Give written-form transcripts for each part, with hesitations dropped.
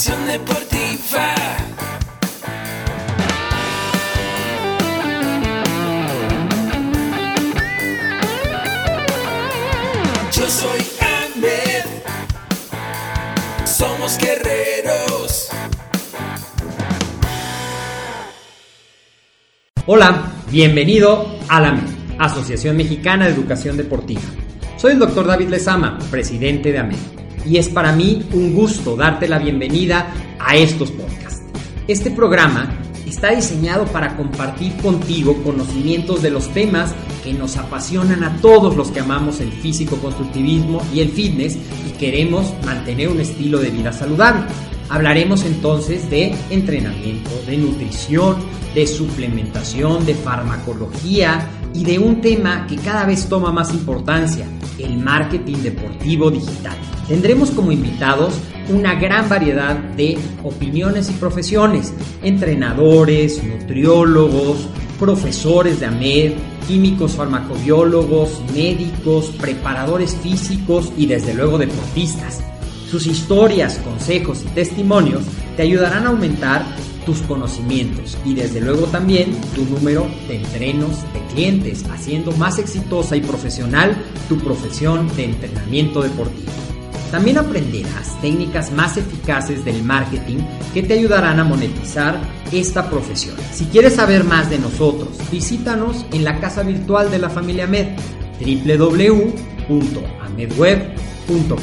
Asociación Deportiva. Yo soy Ahmed. Somos guerreros. Hola, bienvenido a la AMED, Asociación Mexicana de Educación Deportiva. Soy el Dr. David Lezama, presidente de AMED, y es para mí un gusto darte la bienvenida a estos podcasts. Este programa está diseñado para compartir contigo conocimientos de los temas que nos apasionan a todos los que amamos el físico-constructivismo y el fitness y queremos mantener un estilo de vida saludable. Hablaremos entonces de entrenamiento, de nutrición, de suplementación, de farmacología y de un tema que cada vez toma más importancia, el marketing deportivo digital. Tendremos como invitados una gran variedad de opiniones y profesiones, entrenadores, nutriólogos, profesores de AMED, químicos farmacobiólogos, médicos, preparadores físicos y desde luego deportistas. Sus historias, consejos y testimonios te ayudarán a aumentar tus conocimientos y desde luego también tu número de entrenos de clientes, haciendo más exitosa y profesional tu profesión de entrenamiento deportivo. También aprenderás técnicas más eficaces del marketing que te ayudarán a monetizar esta profesión. Si quieres saber más de nosotros, visítanos en la casa virtual de la familia AMED, www.amedweb.com.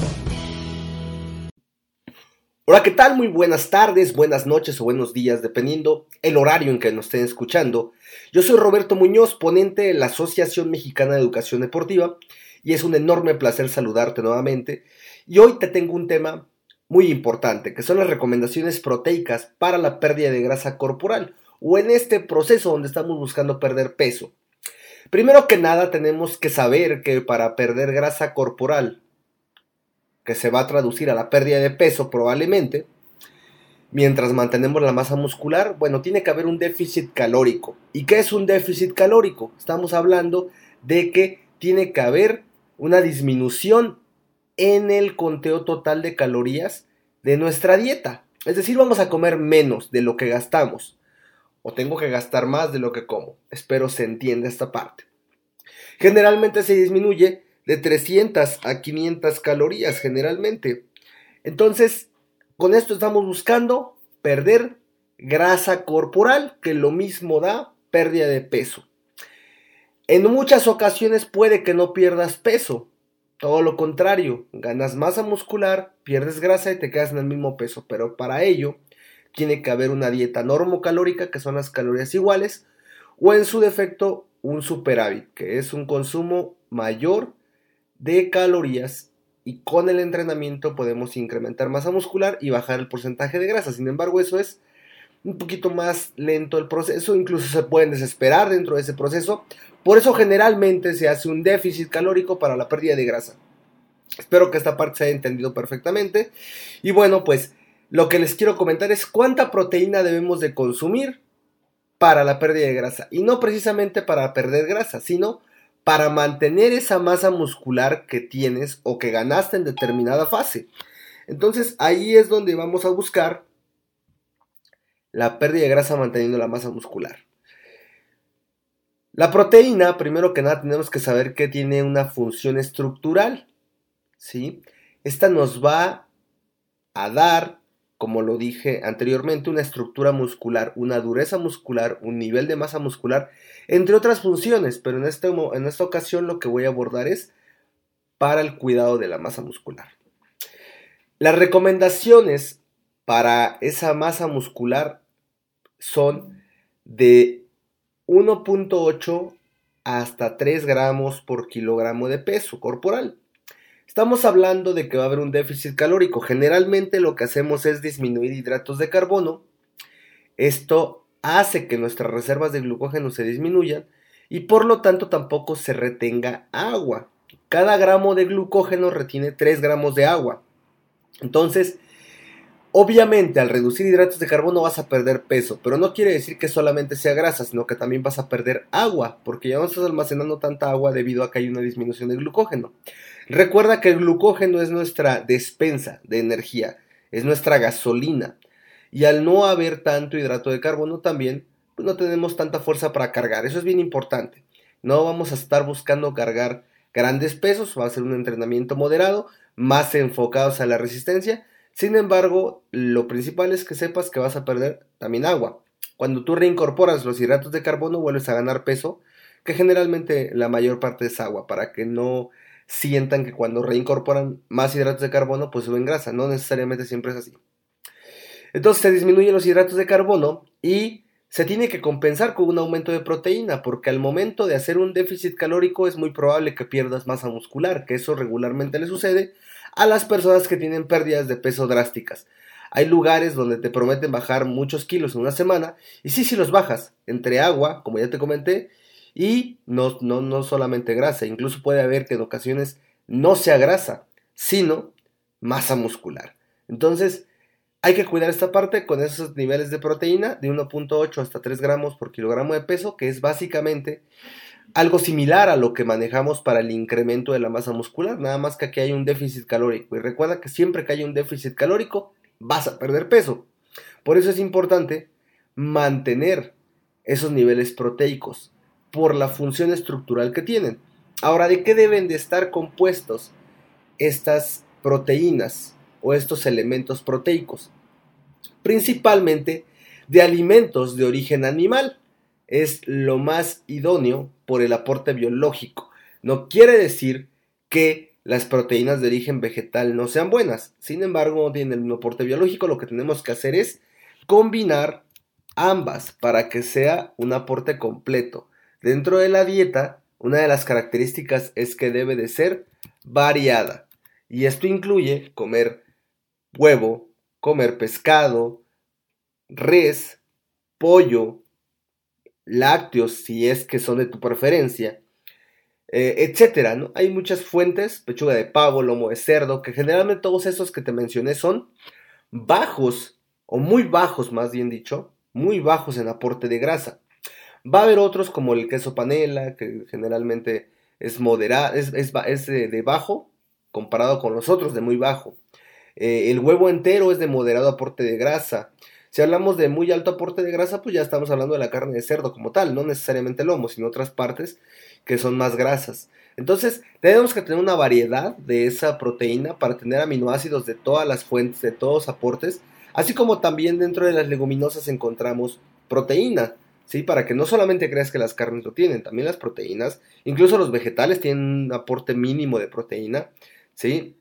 Hola, ¿qué tal? Muy buenas tardes, buenas noches o buenos días, dependiendo el horario en que nos estén escuchando. Yo soy Roberto Muñoz, ponente de la Asociación Mexicana de Educación Deportiva, y es un enorme placer saludarte nuevamente. Y hoy te tengo un tema muy importante, que son las recomendaciones proteicas para la pérdida de grasa corporal, o en este proceso donde estamos buscando perder peso. Primero que nada, tenemos que saber que para perder grasa corporal, que se va a traducir a la pérdida de peso probablemente, mientras mantenemos la masa muscular, bueno, tiene que haber un déficit calórico. ¿Y qué es un déficit calórico? Estamos hablando de que tiene que haber una disminución en el conteo total de calorías de nuestra dieta. Es decir, vamos a comer menos de lo que gastamos, o tengo que gastar más de lo que como. Espero se entienda esta parte. Generalmente se disminuye de 300 a 500 calorías generalmente. Entonces, con esto estamos buscando perder grasa corporal, que lo mismo da pérdida de peso. En muchas ocasiones puede que no pierdas peso, todo lo contrario, ganas masa muscular, pierdes grasa y te quedas en el mismo peso, pero para ello tiene que haber una dieta normocalórica, que son las calorías iguales, o en su defecto un superávit, que es un consumo mayor de calorías, y con el entrenamiento podemos incrementar masa muscular y bajar el porcentaje de grasa. Sin embargo, eso es un poquito más lento el proceso, incluso se pueden desesperar dentro de ese proceso. Por eso generalmente se hace un déficit calórico para la pérdida de grasa. Espero que esta parte se haya entendido perfectamente. Y bueno, pues lo que les quiero comentar es cuánta proteína debemos de consumir para la pérdida de grasa, y no precisamente para perder grasa, sino para mantener esa masa muscular que tienes o que ganaste en determinada fase. Entonces ahí es donde vamos a buscar la pérdida de grasa manteniendo la masa muscular. La proteína, primero que nada, tenemos que saber que tiene una función estructural, ¿sí? Esta nos va a dar, como lo dije anteriormente, una estructura muscular, una dureza muscular, un nivel de masa muscular, entre otras funciones, pero en esta ocasión lo que voy a abordar es para el cuidado de la masa muscular. Las recomendaciones para esa masa muscular son de 1.8 hasta 3 gramos por kilogramo de peso corporal. Estamos hablando de que va a haber un déficit calórico. Generalmente lo que hacemos es disminuir hidratos de carbono. Esto hace que nuestras reservas de glucógeno se disminuyan y por lo tanto tampoco se retenga agua. Cada gramo de glucógeno retiene 3 gramos de agua. Entonces, obviamente al reducir hidratos de carbono vas a perder peso, pero no quiere decir que solamente sea grasa, sino que también vas a perder agua, porque ya no estás almacenando tanta agua debido a que hay una disminución de glucógeno. Recuerda que el glucógeno es nuestra despensa de energía. es nuestra gasolina. Y al no haber tanto hidrato de carbono también, pues no tenemos tanta fuerza para cargar. Eso es bien importante. No vamos a estar buscando cargar grandes pesos, va a ser un entrenamiento moderado, más enfocados a la resistencia. Sin embargo, lo principal es que sepas que vas a perder también agua. Cuando tú reincorporas los hidratos de carbono, vuelves a ganar peso, que generalmente la mayor parte es agua, para que no sientan que cuando reincorporan más hidratos de carbono, pues suben grasa. No necesariamente siempre es así. Entonces se disminuyen los hidratos de carbono y se tiene que compensar con un aumento de proteína, porque al momento de hacer un déficit calórico es muy probable que pierdas masa muscular, que eso regularmente le sucede a las personas que tienen pérdidas de peso drásticas. Hay lugares donde te prometen bajar muchos kilos en una semana, y sí los bajas, entre agua, como ya te comenté, y no solamente grasa, incluso puede haber que en ocasiones no sea grasa, sino masa muscular. Entonces, hay que cuidar esta parte con esos niveles de proteína de 1.8 hasta 3 gramos por kilogramo de peso, que es básicamente algo similar a lo que manejamos para el incremento de la masa muscular, nada más que aquí hay un déficit calórico. Y recuerda que siempre que hay un déficit calórico, vas a perder peso. Por eso es importante mantener esos niveles proteicos, por la función estructural que tienen. Ahora, ¿de qué deben de estar compuestos estas proteínas o estos elementos proteicos? Principalmente de alimentos de origen animal. Es lo más idóneo por el aporte biológico. No quiere decir que las proteínas de origen vegetal no sean buenas. Sin embargo, no tienen el mismo aporte biológico. Lo que tenemos que hacer es combinar ambas para que sea un aporte completo. Dentro de la dieta, una de las características es que debe de ser variada. Y esto incluye comer huevo, comer pescado, res, pollo, lácteos si es que son de tu preferencia, etcétera, ¿no? Hay muchas fuentes, pechuga de pavo, lomo de cerdo, que generalmente todos esos que te mencioné son bajos, o muy bajos más bien dicho, muy bajos en aporte de grasa. Va a haber otros como el queso panela, que generalmente es moderado, es de bajo, comparado con los otros de muy bajo. El huevo entero es de moderado aporte de grasa. Si hablamos de muy alto aporte de grasa, pues ya estamos hablando de la carne de cerdo como tal, no necesariamente el lomo, sino otras partes que son más grasas. Entonces, tenemos que tener una variedad de esa proteína para tener aminoácidos de todas las fuentes, de todos los aportes, así como también dentro de las leguminosas encontramos proteína, ¿sí? Para que no solamente creas que las carnes lo tienen, también las proteínas, incluso los vegetales tienen un aporte mínimo de proteína, ¿sí?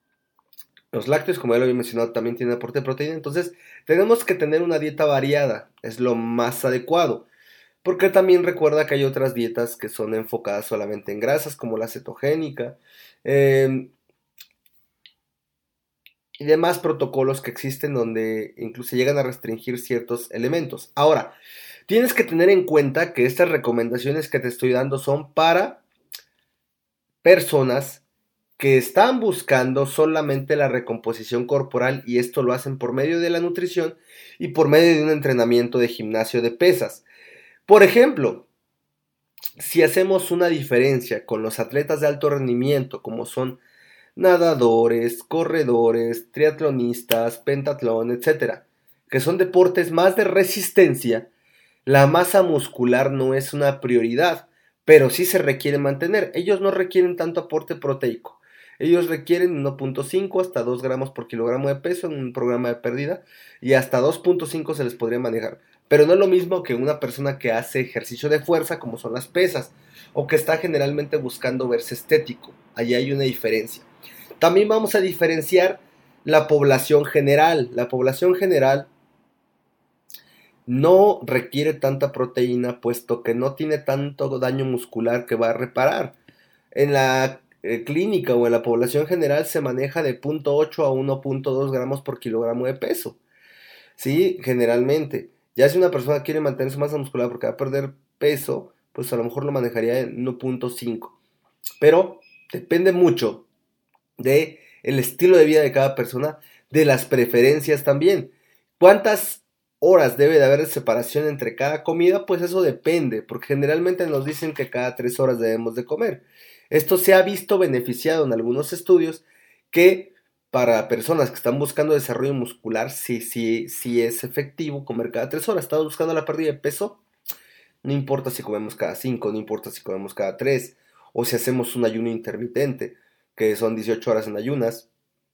Los lácteos, como ya lo había mencionado, también tienen aporte de proteína. Entonces, tenemos que tener una dieta variada. Es lo más adecuado. Porque también recuerda que hay otras dietas que son enfocadas solamente en grasas, como la cetogénica. Y demás protocolos que existen donde incluso llegan a restringir ciertos elementos. Ahora, tienes que tener en cuenta que estas recomendaciones que te estoy dando son para personas que están buscando solamente la recomposición corporal, y esto lo hacen por medio de la nutrición y por medio de un entrenamiento de gimnasio de pesas. Por ejemplo, si hacemos una diferencia con los atletas de alto rendimiento, como son nadadores, corredores, triatlonistas, pentatlón, etc., que son deportes más de resistencia, la masa muscular no es una prioridad, pero sí se requiere mantener. Ellos no requieren tanto aporte proteico. Ellos requieren 1.5 hasta 2 gramos por kilogramo de peso en un programa de pérdida, y hasta 2.5 se les podría manejar. Pero no es lo mismo que una persona que hace ejercicio de fuerza, como son las pesas, o que está generalmente buscando verse estético. Allí hay una diferencia. También vamos a diferenciar la población general. La población general no requiere tanta proteína, puesto que no tiene tanto daño muscular que va a reparar. En la clínica o en la población general se maneja de 0.8 a 1.2 gramos por kilogramo de peso. Sí, generalmente. Ya si una persona quiere mantener su masa muscular porque va a perder peso, pues a lo mejor lo manejaría en 1.5. Pero depende mucho de el estilo de vida de cada persona, de las preferencias también. ¿Cuántas horas debe de haber de separación entre cada comida? Pues eso depende, porque generalmente nos dicen que cada 3 horas debemos de comer. Esto se ha visto beneficiado en algunos estudios que para personas que están buscando desarrollo muscular, sí es efectivo comer cada 3 horas. Estamos buscando la pérdida de peso, no importa si comemos cada 5, no importa si comemos cada 3, o si hacemos un ayuno intermitente, que son 18 horas en ayunas,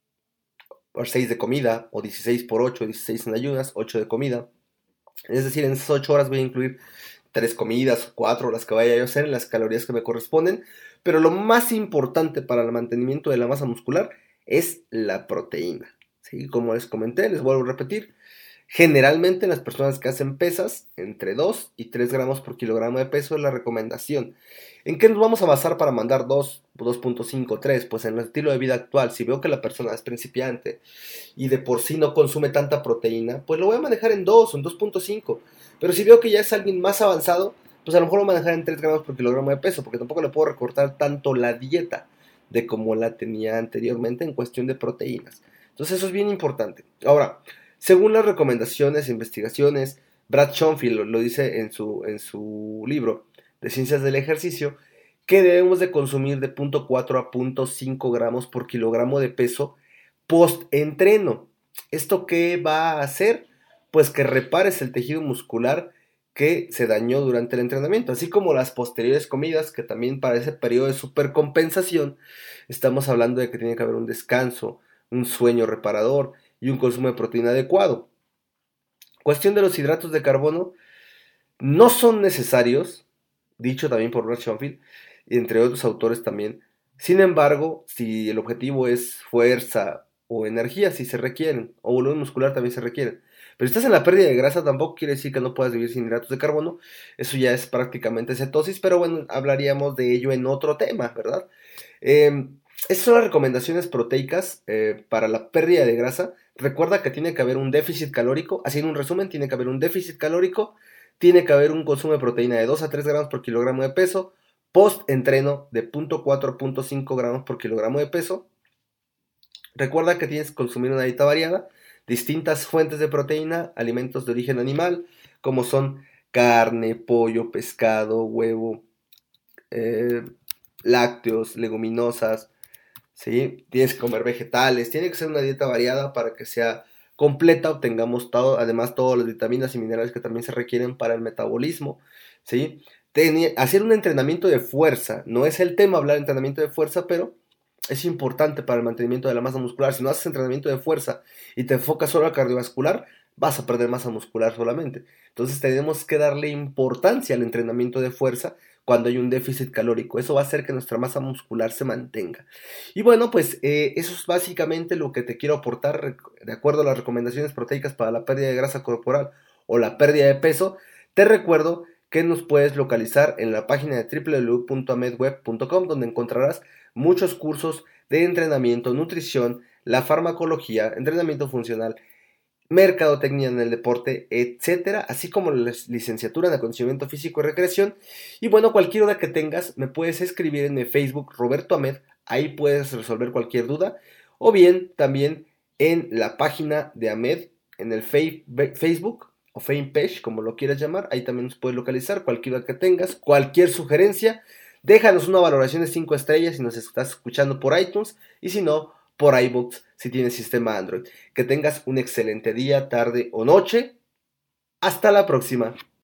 o 6 de comida, o 16 por 8, 16 en ayunas, 8 de comida. Es decir, en esas 8 horas voy a incluir 3 comidas o 4, las que vaya yo a hacer, en las calorías que me corresponden. Pero lo más importante para el mantenimiento de la masa muscular es la proteína. ¿Sí? Como les comenté, les vuelvo a repetir, generalmente las personas que hacen pesas, entre 2 y 3 gramos por kilogramo de peso es la recomendación. ¿En qué nos vamos a basar para mandar 2, 2.5, 3? Pues en el estilo de vida actual. Si veo que la persona es principiante y de por sí no consume tanta proteína, pues lo voy a manejar en 2 o en 2.5. Pero si veo que ya es alguien más avanzado, pues a lo mejor lo voy a manejar en 3 gramos por kilogramo de peso, porque tampoco le puedo recortar tanto la dieta de como la tenía anteriormente en cuestión de proteínas. Entonces eso es bien importante. Ahora, según las recomendaciones e investigaciones, Brad Schoenfield lo dice en su libro de Ciencias del Ejercicio, que debemos de consumir de 0.4 a 0.5 gramos por kilogramo de peso post-entreno. ¿Esto qué va a hacer? Pues que repares el tejido muscular que se dañó durante el entrenamiento, así como las posteriores comidas, que también para ese periodo de supercompensación estamos hablando de que tiene que haber un descanso, un sueño reparador y un consumo de proteína adecuado. Cuestión de los hidratos de carbono, no son necesarios, dicho también por Brad Schoenfield, y entre otros autores también. Sin embargo, si el objetivo es fuerza o energía, sí se requieren, o volumen muscular también se requieren. Pero si estás en la pérdida de grasa, tampoco quiere decir que no puedas vivir sin hidratos de carbono. Eso ya es prácticamente cetosis, pero bueno, hablaríamos de ello en otro tema, ¿verdad? Estas son las recomendaciones proteicas para la pérdida de grasa. Recuerda que tiene que haber un déficit calórico. Así en un resumen, tiene que haber un déficit calórico, tiene que haber un consumo de proteína de 2 a 3 gramos por kilogramo de peso, post-entreno de 0.4 a 0.5 gramos por kilogramo de peso. Recuerda que tienes que consumir una dieta variada, distintas fuentes de proteína, alimentos de origen animal, como son carne, pollo, pescado, huevo, lácteos, leguminosas, ¿sí? Tienes que comer vegetales, tiene que ser una dieta variada para que sea completa, obtengamos además todas las vitaminas y minerales que también se requieren para el metabolismo, ¿sí? Hacer un entrenamiento de fuerza, no es el tema hablar de entrenamiento de fuerza, pero es importante para el mantenimiento de la masa muscular. Si no haces entrenamiento de fuerza y te enfocas solo al cardiovascular, vas a perder masa muscular solamente. Entonces tenemos que darle importancia al entrenamiento de fuerza cuando hay un déficit calórico. Eso va a hacer que nuestra masa muscular se mantenga. Y bueno, pues eso es básicamente lo que te quiero aportar de acuerdo a las recomendaciones proteicas para la pérdida de grasa corporal o la pérdida de peso. Te recuerdo que nos puedes localizar en la página de www.amedweb.com, donde encontrarás muchos cursos de entrenamiento, nutrición, la farmacología, entrenamiento funcional, mercadotecnia en el deporte, etcétera, así como la licenciatura en acondicionamiento físico y recreación. Y bueno, cualquier duda que tengas, me puedes escribir en mi Facebook Roberto Amed, ahí puedes resolver cualquier duda, o bien también en la página de Amed, en el Facebook o fanpage, como lo quieras llamar, ahí también nos puedes localizar. Cualquier duda que tengas, cualquier sugerencia, déjanos una valoración de 5 estrellas si nos estás escuchando por iTunes, y si no, por iBooks si tienes sistema Android. Que tengas un excelente día, tarde o noche. Hasta la próxima.